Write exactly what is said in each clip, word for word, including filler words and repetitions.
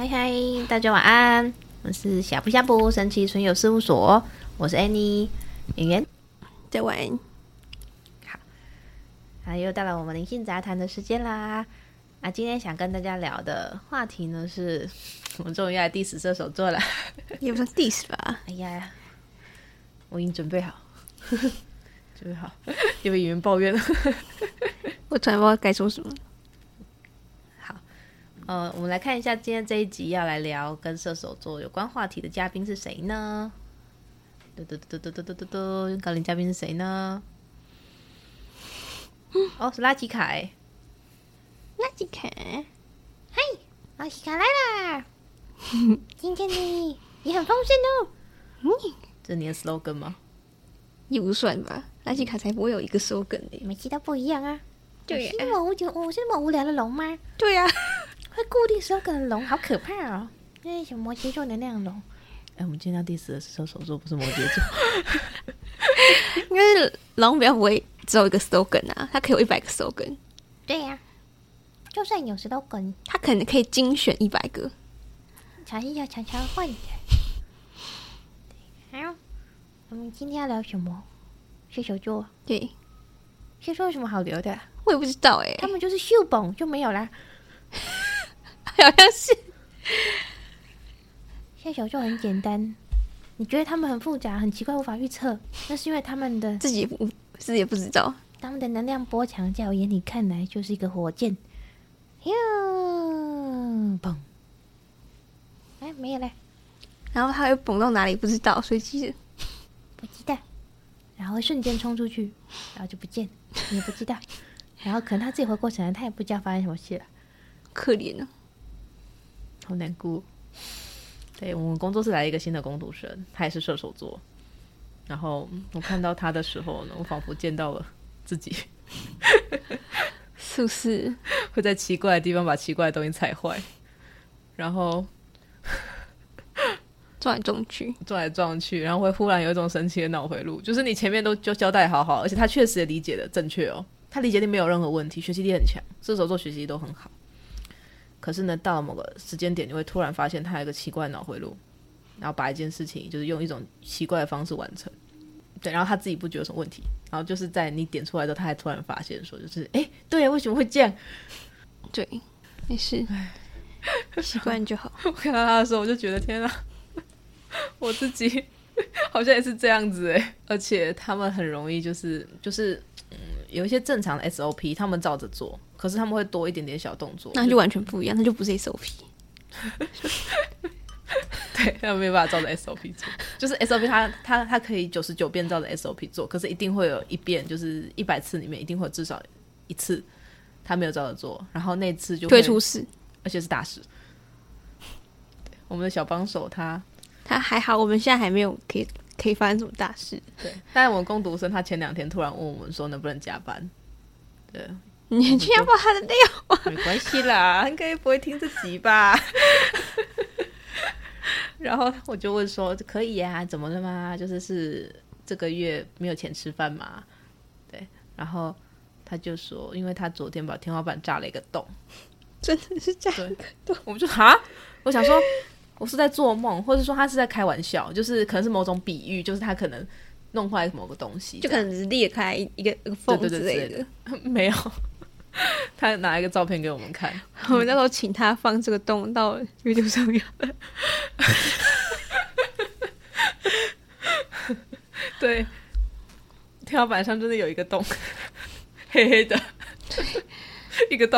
嗨嗨，大家晚安，我是呷哺呷哺神奇存有事务所，我是 Annie 圆圆， 再晚安。 好，啊，又到了我们灵性杂谈的时间啦。啊，今天想跟大家聊的话题呢，是我们终于来 diss 射手座了， 也不算 diss 吧。 哎呀，我已经准备好，准备好，因为有人抱怨了， 我突然不知道该说什么。 呃，我们来看一下今天这一集要来聊跟射手座有关话题的嘉宾是谁呢？嘟嘟嘟嘟嘟嘟嘟嘟，高龄嘉宾是谁呢？嗯、哦，是拉吉卡哎， 拉吉卡， 嗨，拉吉卡来啦！今天你也很丰盛哦。嗯，这是你的 slogan 吗？ 也不算吧，拉吉卡才不会有一个 slogan 的， 每期都不一样啊。 对呀， 我是那么无我是那么无聊的龙吗？ 对呀、啊。 会固定 slogan 的龙好可怕哦！那是什么摩羯座能量龙？哎、欸，我们今天要第十的是射手座，不是摩羯座。 因为龙比较不会只有一个 slogan 啊，它可以有一百个 slogan。 对呀、啊，就算有 slogan， 它可能可以精选一百个。 尝一下，常常换的。好，我们今天要聊什么？射手座。 对， 射手有什么好聊的、啊？ 我也不知道哎、欸， 他们就是秀蹦就没有啦。 好像是射手座很简单，你觉得他们很复杂、很奇怪、无法预测，那是因为他们的自己也不自己也不知道， 他们的能量波长在我眼里看来就是一个火箭，哟，嘣，哎，没有嘞， 然后它会蹦到哪里不知道，所以其实不知道，然后瞬间冲出去，然后就不见，你也不知道，然后可能他自己回过神来，他也不知道发生什么事了， 可怜啊。 好难过。对，我们工作室来了一个新的工读生，他也是射手座。然后我看到他的时候呢，我仿佛见到了自己， 是不是会在奇怪的地方把奇怪的东西踩坏，然后撞来撞去， 撞来撞去，然后会忽然有一种神奇的脑回路，就是你前面都就交代好好，而且他确实也理解的正确哦，他理解力没有任何问题，学习力很强，射手座学习力都很好。可是呢，到了某个时间点，你会突然发现他有一个奇怪的脑回路，然后把一件事情就是用一种奇怪的方式完成。对，然后他自己不觉得有什么问题，然后就是在你点出来之后，他还突然发现说，就是哎，对，为什么会这样？ 对，没事，习惯就好。 我看到他的时候，我就觉得天啊，我自己好像也是这样子哎，而且他们很容易就是就是。嗯，有一些正常的 S O P 他们照着做，可是他们会多一点点小动作， 那就完全不一样，那就不是 S O P。 对，他们没有办法照着 S O P 做，就是 S O P 他他他可以九十九遍照着 S O P 做，可是一定会有一遍，就是一百次里面一定会有至少一次他没有照着做，然后那次就会出事， 而且是大事。我们的小帮手他他还好，我们现在还没有可以可以发生什么大事。 对，但是我们工读生他前两天突然问我们说能不能加班。对， 你去要爆他的料啊？ 没关系啦，应该不会听这集吧。然后我就问说可以啊，怎么了吗？就是是这个月没有钱吃饭嘛。对，然后他就说因为他昨天把天花板炸了一个洞。 真的是炸了一个洞？ 我们就哈，我想说我是在做梦，或者说他是在开玩笑，就是可能是某种比喻，就是他可能弄坏某个东西， 就可能只是裂开一个一个缝之类的。对对对对的没有，他拿一个照片给我们看， 我们那时候请他放这个洞到 YouTube 上面。 对，天花板上真的有一个洞，黑黑的一个洞。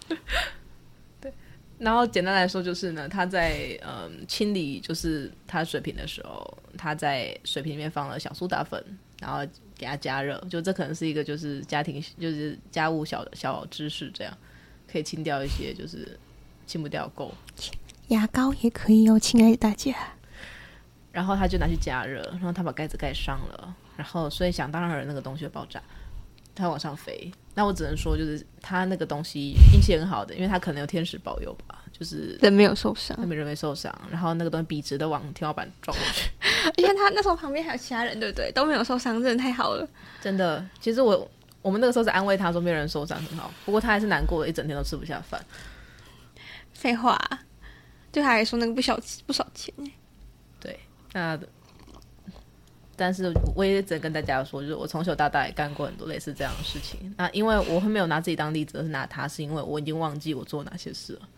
然后简单来说就是呢，他在嗯清理就是他水瓶的时候，他在水瓶里面放了小苏打粉，然后给它加热，就这可能是一个就是家庭就是家务小小知识，这样可以清掉一些就是清不掉垢。 牙膏也可以哦，亲爱的大家。 然后他就拿去加热，然后他把盖子盖上了，然后所以想当然那个东西会爆炸，它往上飞。那我只能说就是他那个东西运气很好的，因为他可能有天使保佑吧，就是人没有受伤， 他没人没受伤，然后那个东西笔直的往天花板撞过去。 而且他那时候旁边还有其他人，对不对？都没有受伤，真的太好了。 真的，其实我我们那个时候是安慰他说没有人受伤很好，不过他还是难过了一整天都吃不下饭。 废话， 对他来说那个不小不少钱哎。 对，那但是我也只能跟大家说，就是我从小到大也干过很多类似这样的事情。那因为我会没有拿自己当例子，而是拿他，是因为我已经忘记我做哪些事了。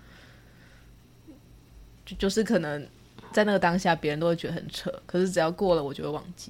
就就是可能在那个当下，别人都会觉得很扯，可是只要过了，我就会忘记，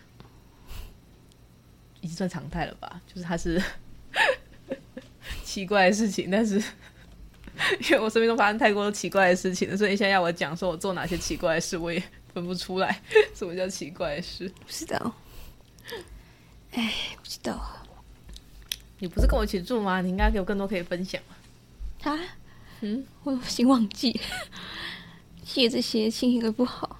已经算常态了吧？就是它是奇怪的事情，但是因为我身边都发生太多奇怪的事情了，所以现在要我讲说我做哪些奇怪的事，我也分不出来什么叫奇怪的事。 不知道，哎，不知道。 你不是跟我一起住吗？你应该有更多可以分享啊。 嗯， 我已经忘记，记得这些心情会不好。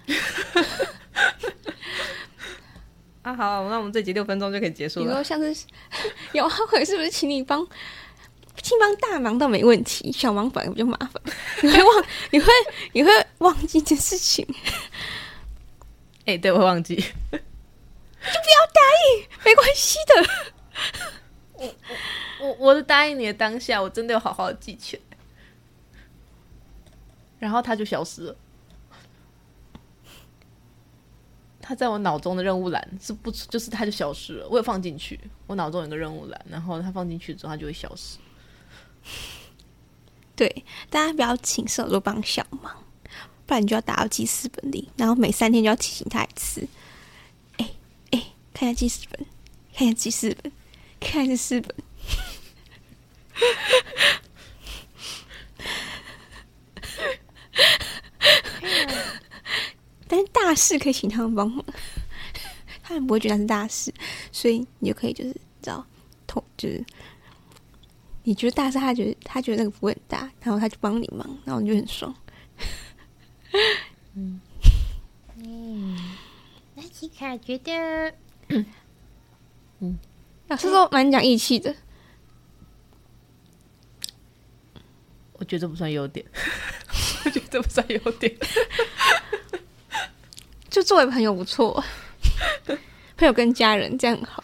啊，好，那我们这集六分钟就可以结束了。 你说像是有阿伟是不是请你帮？请帮大忙倒没问题，小忙反而比较麻烦。你会忘，你会你会忘记这件事情。 哎、欸，对，我会忘记，就不要答应，没关系的。 我我我的答应你的当下，我真的有好好的记起来，然后它就消失了。它在我脑中的任务栏是不，就是它就消失了。我有放进去，我脑中有个任务栏，然后它放进去之后，它就会消失。 对，大家不要请射手座帮小忙，不然你就要打到记事本里，然后每三天就要提醒他一次。哎哎，看一下记事本，看一下记事本，看一下记事本。但是大事可以请他们帮忙，他们不会觉得那是大事，所以你就可以就是知道，就是你觉得大事，他觉得他觉得那个不会很大，然后他就帮你忙，然后你就很爽。 嗯嗯，那奇卡觉得， 嗯，老师说蛮讲义气的， 我觉得这不算优点，我觉得这不算优点。 就作为朋友不错，朋友跟家人这样很好。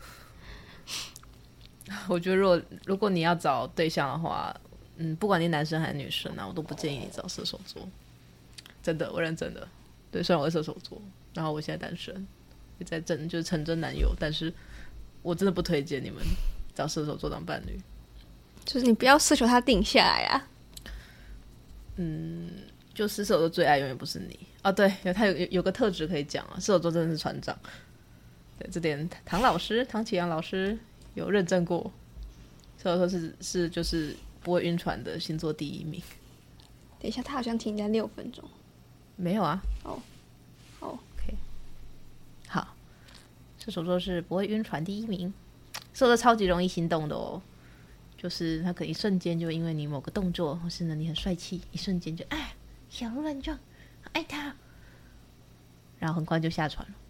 我觉得如果如果你要找对象的话，嗯，不管你男生还是女生啊，我都不建议你找射手座。真的，我认真的。对，虽然我是射手座，然后我现在单身，也在争就是成真男友，但是我真的不推荐你们找射手座当伴侣。 就是你不要奢求他定下来啊。 嗯，就射手座最爱永远不是你啊。对，他有有个特质可以讲啊，射手座真的是船长。对，这点唐老师唐启阳老师有认证过，射手座是是就是不会晕船的星座第一名。 等一下，他好像停在六分钟。 没有啊。 哦哦 ，OK， 好，射手座是不会晕船第一名。射手座超级容易心动的哦，就是他可能一瞬间就因为你某个动作，或是呢你很帅气，一瞬间就哎小鹿乱撞，爱他，然后很快就下船了。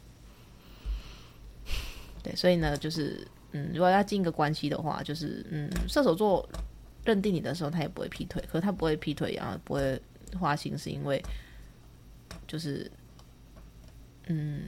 对，所以呢，就是嗯，如果要进一个关系的话，就是嗯，射手座认定你的时候，他也不会劈腿，可是他不会劈腿，然后不会花心，是因为就是嗯，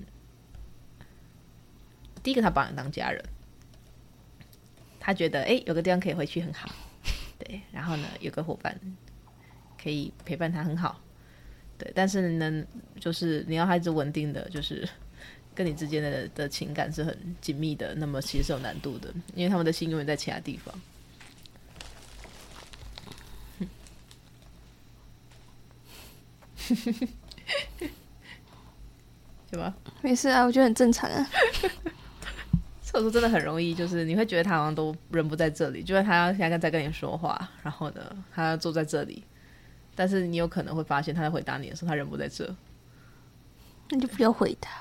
第一个他把你当家人，他觉得哎、欸、有个地方可以回去很好，对，然后呢有个伙伴可以陪伴他很好，对，但是呢，就是你要他一直稳定的，就是跟你之间的的情感是很紧密的，那么其实是有难度的，因为他们的心永远在其他地方。对吧？ 没事啊，我觉得很正常啊。 射手座真的很容易，就是你会觉得他好像都人不在这里，就算他现在在跟你说话，然后呢，他坐在这里，但是你有可能会发现他在回答你的时候，他人不在这， 那就不要回答。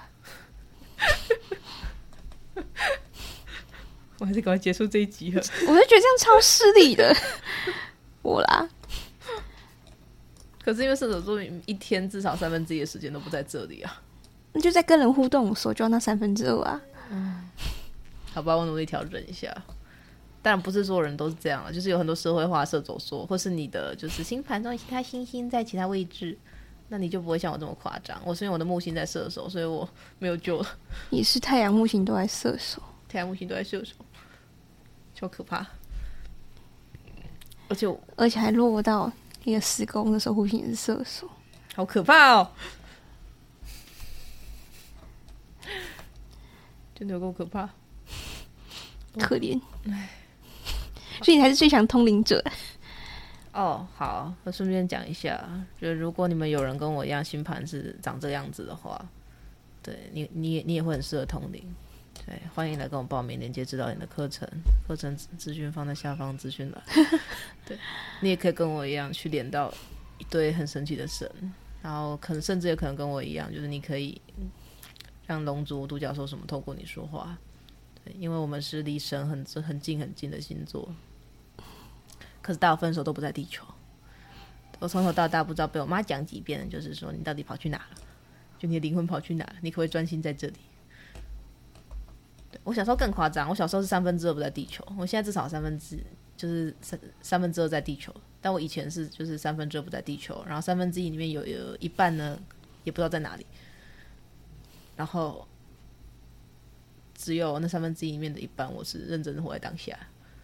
我还是赶快结束这一集了。 我就觉得这样超失礼的，我啦。 可是因为射手座一天至少三分之一的时间都不在这里啊， 那就在跟人互动的时候就要那三分之二啊。 嗯，好吧，我努力调整一下。当然不是所有人都是这样，就是有很多社会化射手座，或是你的就是星盘中其他星星在其他位置，那你就不会像我这么夸张。我是因为我的木星在射手，所以我没有救了。 也是太阳木星都在射手， 太阳木星都在射手，超可怕。而且我而且还落到一个施工的守护星也是射手， 好可怕哦！真的有够可怕， 可怜。所以你才是最强通灵者。 哦，好，那顺便讲一下，就是如果你们有人跟我一样星盘是长这样子的话，对你，你你也会很适合通灵。对，欢迎来跟我报名连接指导你的课程，课程资讯放在下方资讯栏。对，你也可以跟我一样去连到一堆很神奇的神，然后可能甚至也可能跟我一样，就是你可以让龙族、独角兽什么透过你说话。对，因为我们是离神很很近很近的星座，可是大部分时候都不在地球。我从头到大不知道被我妈讲几遍，就是说你到底跑去哪了？就你的灵魂跑去哪了？你可不可以专心在这里？我小时候更夸张，我小时候是三分之二不在地球，我现在至少三分之就是三三分之二在地球，但我以前是就是三分之二不在地球，然后三分之一里面有有一半呢也不知道在哪里，然后只有那三分之一里面的一半我是认真的活在当下。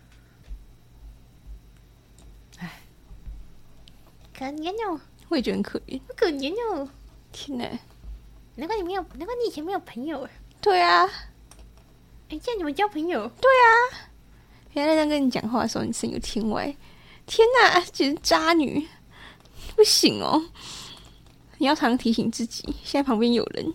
唉， 可怜哦， 我也觉得很可怜。 好可怜哦！ 天哪， 难怪你没有，难怪你以前没有朋友哎。 对啊， 哎，这样怎么交朋友？ 原来在跟你讲话的时候，你声有天外。天哪，简直渣女，不行哦！你要常提醒自己，现在旁边有人。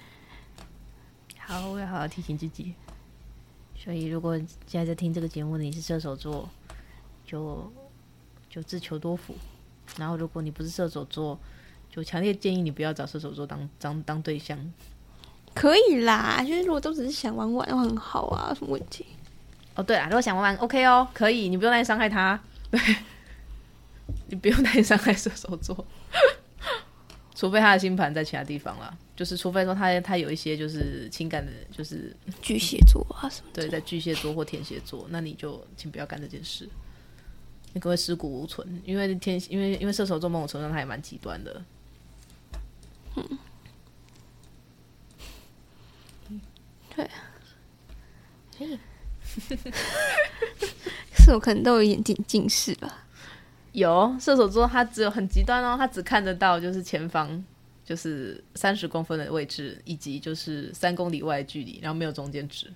好，我要好好提醒自己。所以，如果现在在听这个节目的你是射手座，就就自求多福。然后，如果你不是射手座，就强烈建议你不要找射手座当当当对象。 可以啦，就是如果都只是想玩玩的话，很好啊，有什么问题？ 哦，对啦，如果想玩玩 OK 哦，可以，你不用担心伤害他，对，你不用担心伤害射手座，除非他的星盘在其他地方啦，就是除非说他他有一些就是情感的，就是巨蟹座啊什么的， 对，在巨蟹座或天蝎座，那你就请不要干这件事，你可能会尸骨无存，因为天因为因为射手座某种程度上他也蛮极端的， 嗯，对， 所以是我可能都有眼睛近视吧。 有射手座，他只有很极端哦，他只看得到就是前方就是三十公分的位置，以及就是三公里外的距离，然后没有中间值。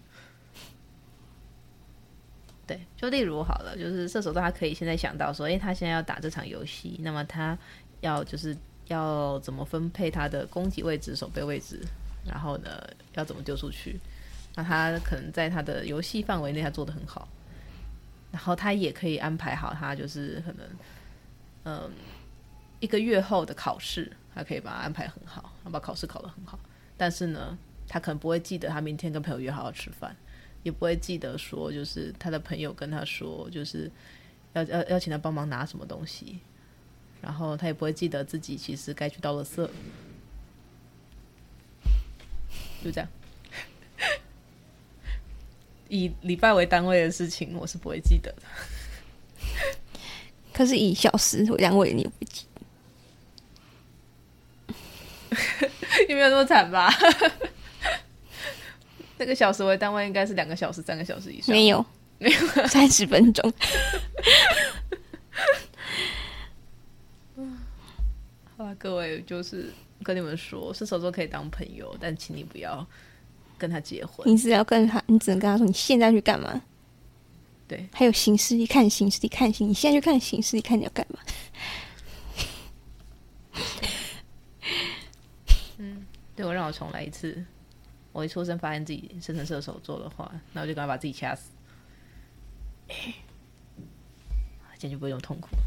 对，就例如好了，就是射手座他可以现在想到说，诶，他现在要打这场游戏，那么他要就是要怎么分配他的攻击位置、守备位置，然后呢要怎么丢出去，那他可能在他的游戏范围内他做得很好。然后他也可以安排好他就是可能嗯一个月后的考试，他可以把它安排很好，把考试考得很好，但是呢他可能不会记得他明天跟朋友约好要吃饭，也不会记得说就是他的朋友跟他说就是要要要请他帮忙拿什么东西，然后他也不会记得自己其实该去倒垃圾，就这样。以礼拜为单位的事情我是不会记得的。 可是以小时为单位你也不记得。你没有那么惨吧？那个小时为单位应该是两个小时三个小时以上。 没有没有三十分钟。 好啦，各位，就是跟你们说射手座可以当朋友，但请你不要跟他结婚。 你只要跟他，你只能跟他说你现在去干嘛。 对， 还有行事历，看行事历，看行，你现在去看行事历，看你要干嘛。 嗯，对，我让我重来一次。我一出生发现自己生成射手座的话，那我就赶快把自己掐死，欸，这样就不会那么痛苦。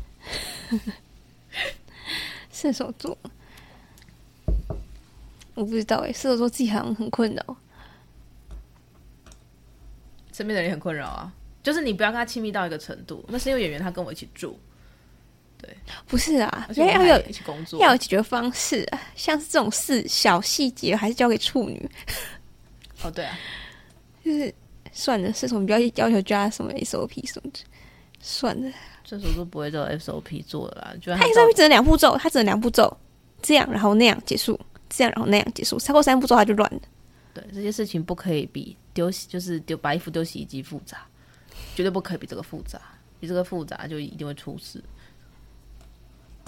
射手座，我不知道哎，射手座自己好像很困扰。 身边的人也很困扰啊，就是你不要跟他亲密到一个程度，那是因为演员他跟我一起住，对， 不是啊， 而且我们还一起工作， 要有解决方式啊，像是这种事小细节还是交给处女。 哦，对啊， 就是算了，射手你不要要求加什么 S O P 什么的，算了， 射手座不会照 S O P 做的啦，就他 S O P 只能两步骤，他只能两步骤，这样然后那样结束，这样然后那样结束，超过三步骤他就乱了。 对，这些事情不可以比丢洗就是丢把衣服丢洗衣机复杂，绝对不可以比这个复杂，比这个复杂就一定会出事。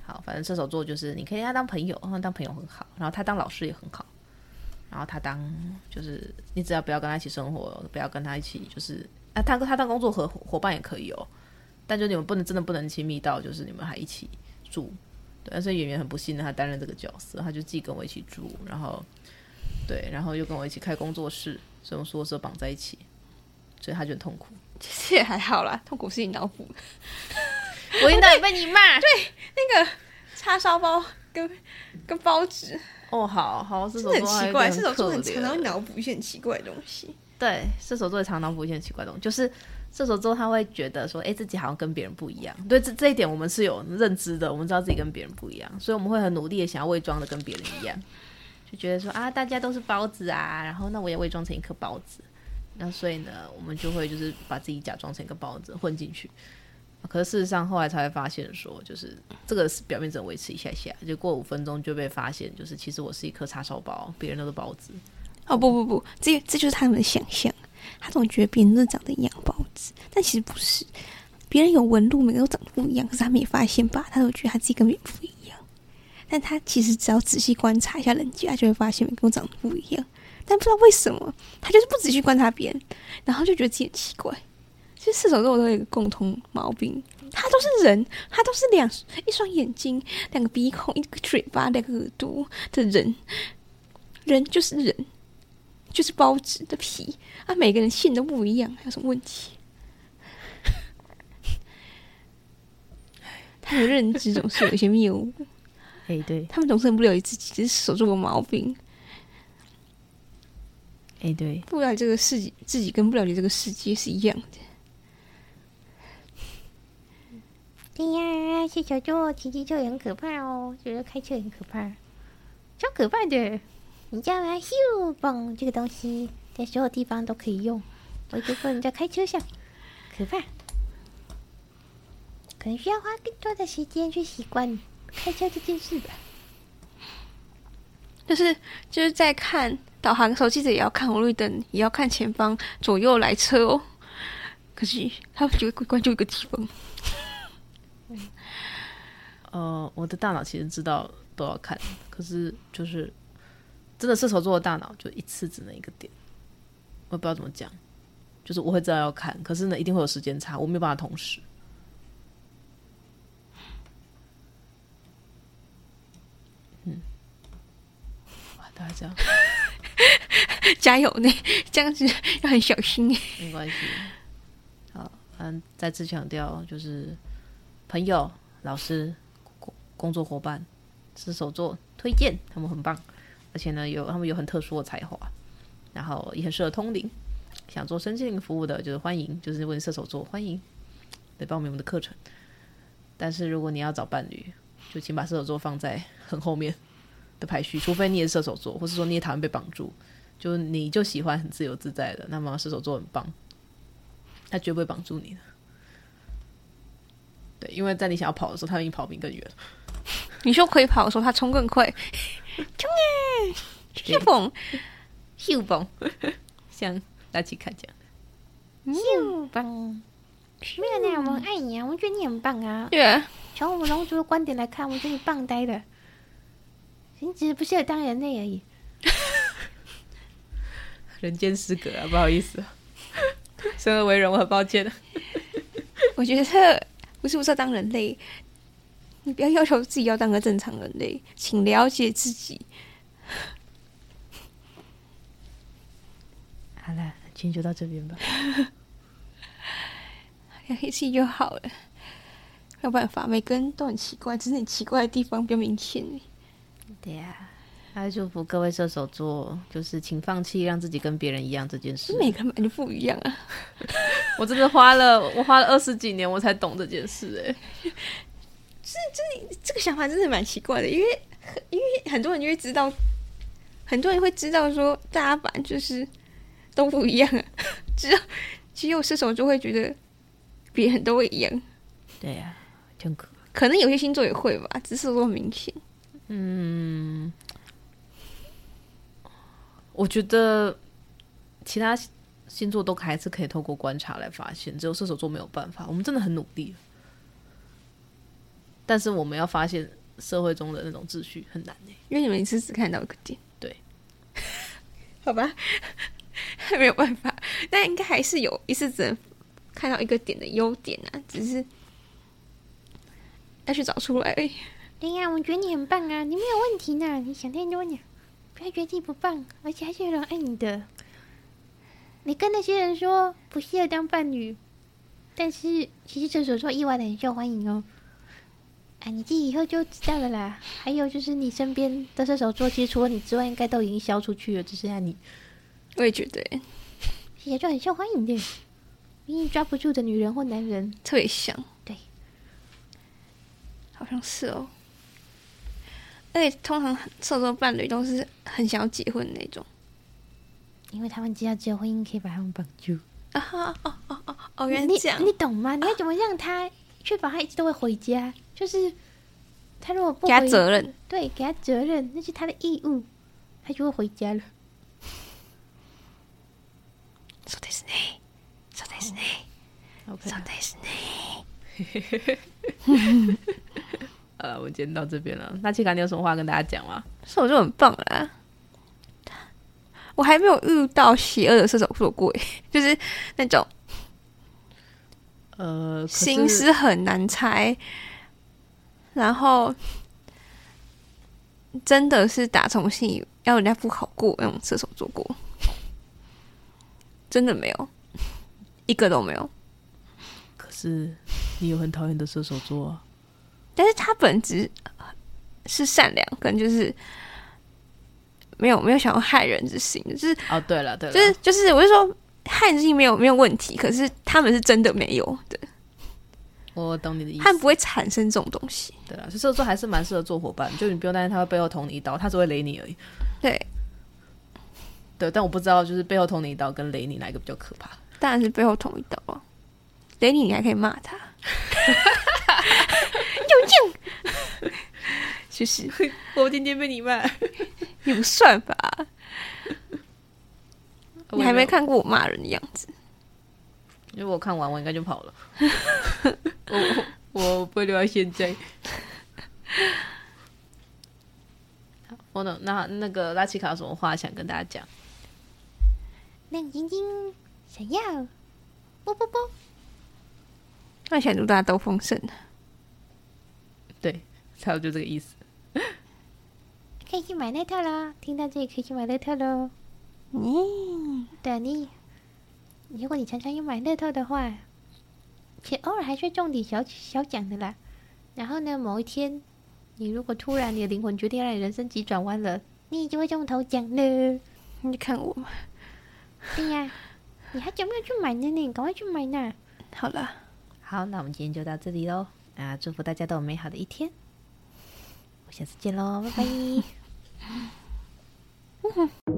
好，反正射手座就是你可以跟他当朋友，然后当朋友很好，然后他当老师也很好，然后他当就是你只要不要跟他一起生活，不要跟他一起就是啊，他他当工作伙伙伴也可以哦，但就你们不能真的不能亲密到就是你们还一起住。对，但是演员很不幸的他担任这个角色，他就自己跟我一起住，然后对，然后又跟我一起开工作室，所以我们所有事都绑在一起，所以他就很痛苦。 其实也还好啦，痛苦是你脑补。 我听到也被你骂。 对，那个叉烧包跟跟包子， 哦，好好，射手真的座很奇怪， 射射手座很常常会脑补一些很奇怪的东西。 对，射手座也常脑补一些很奇怪的东西，就是射手座他会觉得说，哎，自己好像跟别人不一样。对，这这一点我们是有认知的，我们知道自己跟别人不一样，所以我们会很努力的想要伪装的跟别人一样，就觉得说啊，大家都是包子啊，然后那我也伪装成一颗包子，那所以呢，我们就会就是把自己假装成一个包子混进去。可是事实上后来才会发现说，就是这个表面只能维持一下下，就过五分钟就被发现，就是其实我是一颗叉烧包，别人都是包子。 哦不不不，这这就是他们的想象，他总觉得别人都长得一样包子，但其实不是，别人有纹路，每个都长得不一样，可是他没发现吧？他都觉得他自己跟别人不一样，但他其实只要仔细观察一下人家，就会发现每个都长得不一样，但不知道为什么，他就是不仔细观察别人，然后就觉得自己很奇怪。其实射手座都有一个共同毛病，他都是人，他都是两一双眼睛、两个鼻孔、一个嘴巴、两个耳朵的人，人就是人，就是包子的皮啊！每个人性都不一样，还有什么问题？他的认知总是有一些谬误。 哎、欸，对， 他们总是很不了解自己，这是射手座的毛病。 哎、欸，对， 不了解这个世界，自己跟不了解这个世界是一样的。 对呀，射手座骑机车也很可怕哦，觉得开车很可怕，超可怕的。你知道吗？咻嘣，这个东西在所有地方都可以用，唯独不能在开车上，可怕。可能需要花更多的时间去习惯开车这件事吧。 就是就是在看导航的时候，记得也要看红绿灯，也要看前方左右来车哦。可是他们就会关注一个地方。 呃，我的大脑其实知道都要看，可是就是真的射手座的大脑就一次只能一个点，我也不知道怎么讲，就是我会知道要看，可是呢一定会有时间差，我没有办法同时。嗯，哇，大概这样， 加油呢！这样子要很小心。 没关系。好，嗯，再次强调，就是朋友、老师、工作伙伴，射手座推荐，他们很棒，而且呢有他们有很特殊的才华，然后也很适合通灵。想做身心灵服务的，就是欢迎，就是问射手座欢迎来报名我们的课程。但是如果你要找伴侣，就请把射手座放在很后面的排序，除非你也是射手座，或是说你也讨厌被绑住，就你就喜欢很自由自在的，那么射手座很棒，他绝不会绑住你的。对，因为在你想要跑的时候，他已经跑比你更远。 你说可以跑的时候，他冲更快，冲耶！咻蹦， 咻蹦，像拉奇卡讲的，咻蹦。没有呢，我们很爱你啊，我们觉得你很棒啊。 对啊， 从我们龙族的观点来看，我觉得你棒呆的，你只是不适合当人类而已。 人间失格啊，不好意思啊，生而为人，我很抱歉。 我觉得不是不是要当人类，你不要要求自己要当个正常人类，请了解自己。 好了，今天就到这边吧。 了解自己就好了，没有办法，每个人都很奇怪，只是你奇怪的地方比较明显。 对呀、啊，还祝福各位射手座，就是请放弃让自己跟别人一样这件事。 每个人本来就不一样啊！ 我真的花了我花了二十几年，我才懂这件事、欸。哎， 这这这个想法真的蛮奇怪的，因为因为很多人就会知道，很多人会知道说，大家本来就是都不一样啊，只有只有射手座会觉得别人都会一样。 对呀、啊，真可可能有些星座也会吧，只是射手座很明显。 嗯，我觉得其他星座都还是可以透过观察来发现，只有射手座没有办法。我们真的很努力，但是我们要发现社会中的那种秩序很难欸， 因为你们一次只看到一个点。 对， 好吧，没有办法，但应该还是有一次只能看到一个点的优点啊，只是要去找出来而已。 对呀，我觉得你很棒啊，你没有问题呢，你想太多呢，不要觉得自己不棒，而且还是有人爱你的。你跟那些人说不适合当伴侣，但是其实射手座意外的很受欢迎哦。啊，你自己以后就知道了啦。还有就是你身边的射手座，其实除了你之外，应该都已经消出去了，只剩下你。 我也觉得耶， 射手座很受欢迎的，因为抓不住的女人或男人。 特别像， 对， 好像是哦。而且通常射手座伴侣都是很想要结婚的那种。 因为他们知道只有婚姻可以把他们绑住。 啊哈哦哦哦哦，原来你这样。 你懂吗？你要怎么让他确保他一直都会回家？就是他如果不给他回责任， 对，给他责任，那是他的义务，他就会回家了。 そうですね。そうですね。 OK， そうですね。呃，我们今天到这边了。那契卡，你有什么话跟大家讲吗？ 射手座很棒啦。我还没有遇到邪恶的射手座过耶，就是那种呃， 心思很难猜，然后真的是打从心里要人家不好过那种射手座过，真的没有，一个都没有。 可是你有很讨厌的射手座啊。 但是他本质是善良，可能就是没有没有想要害人之心，就是哦，对了对了， 就是就是，我就说害人之心没有没有问题，可是他们是真的没有的， 我懂你的意思。 他们不会产生这种东西。 对了，射手座还是蛮适合做伙伴，就你不用担心他会背后捅你一刀，他只会雷你而已。 对对，但我不知道就是背后捅你一刀跟雷你哪一个比较可怕。 当然是背后捅一刀啊，雷你你还可以骂他，有劲，就是我今天被你骂， 也不算吧。你还没看， 看过我骂人的样子， 因为我看完我应该就跑了。我我不会留到现在。我懂。那那个拉奇卡有什么话想跟大家讲？ 亮晶晶，闪耀，啵啵啵。 那想祝大家都丰盛。 对，差不多就这个意思。 可以去买乐透了，听到这里可以去买乐透喽。 嗯， 对啊，你如果你常常有买乐透的话，其实偶尔还是会中点小小奖的啦。然后呢，某一天你如果突然你的灵魂决定让你人生急转弯了，你就会中头奖了。 你看我嘛。 对呀、啊，你还久没有去买呢？你赶快去买呢。 好了， 好，那我们今天就到这里喽。啊，祝福大家都有美好的一天。我下次见喽，拜拜。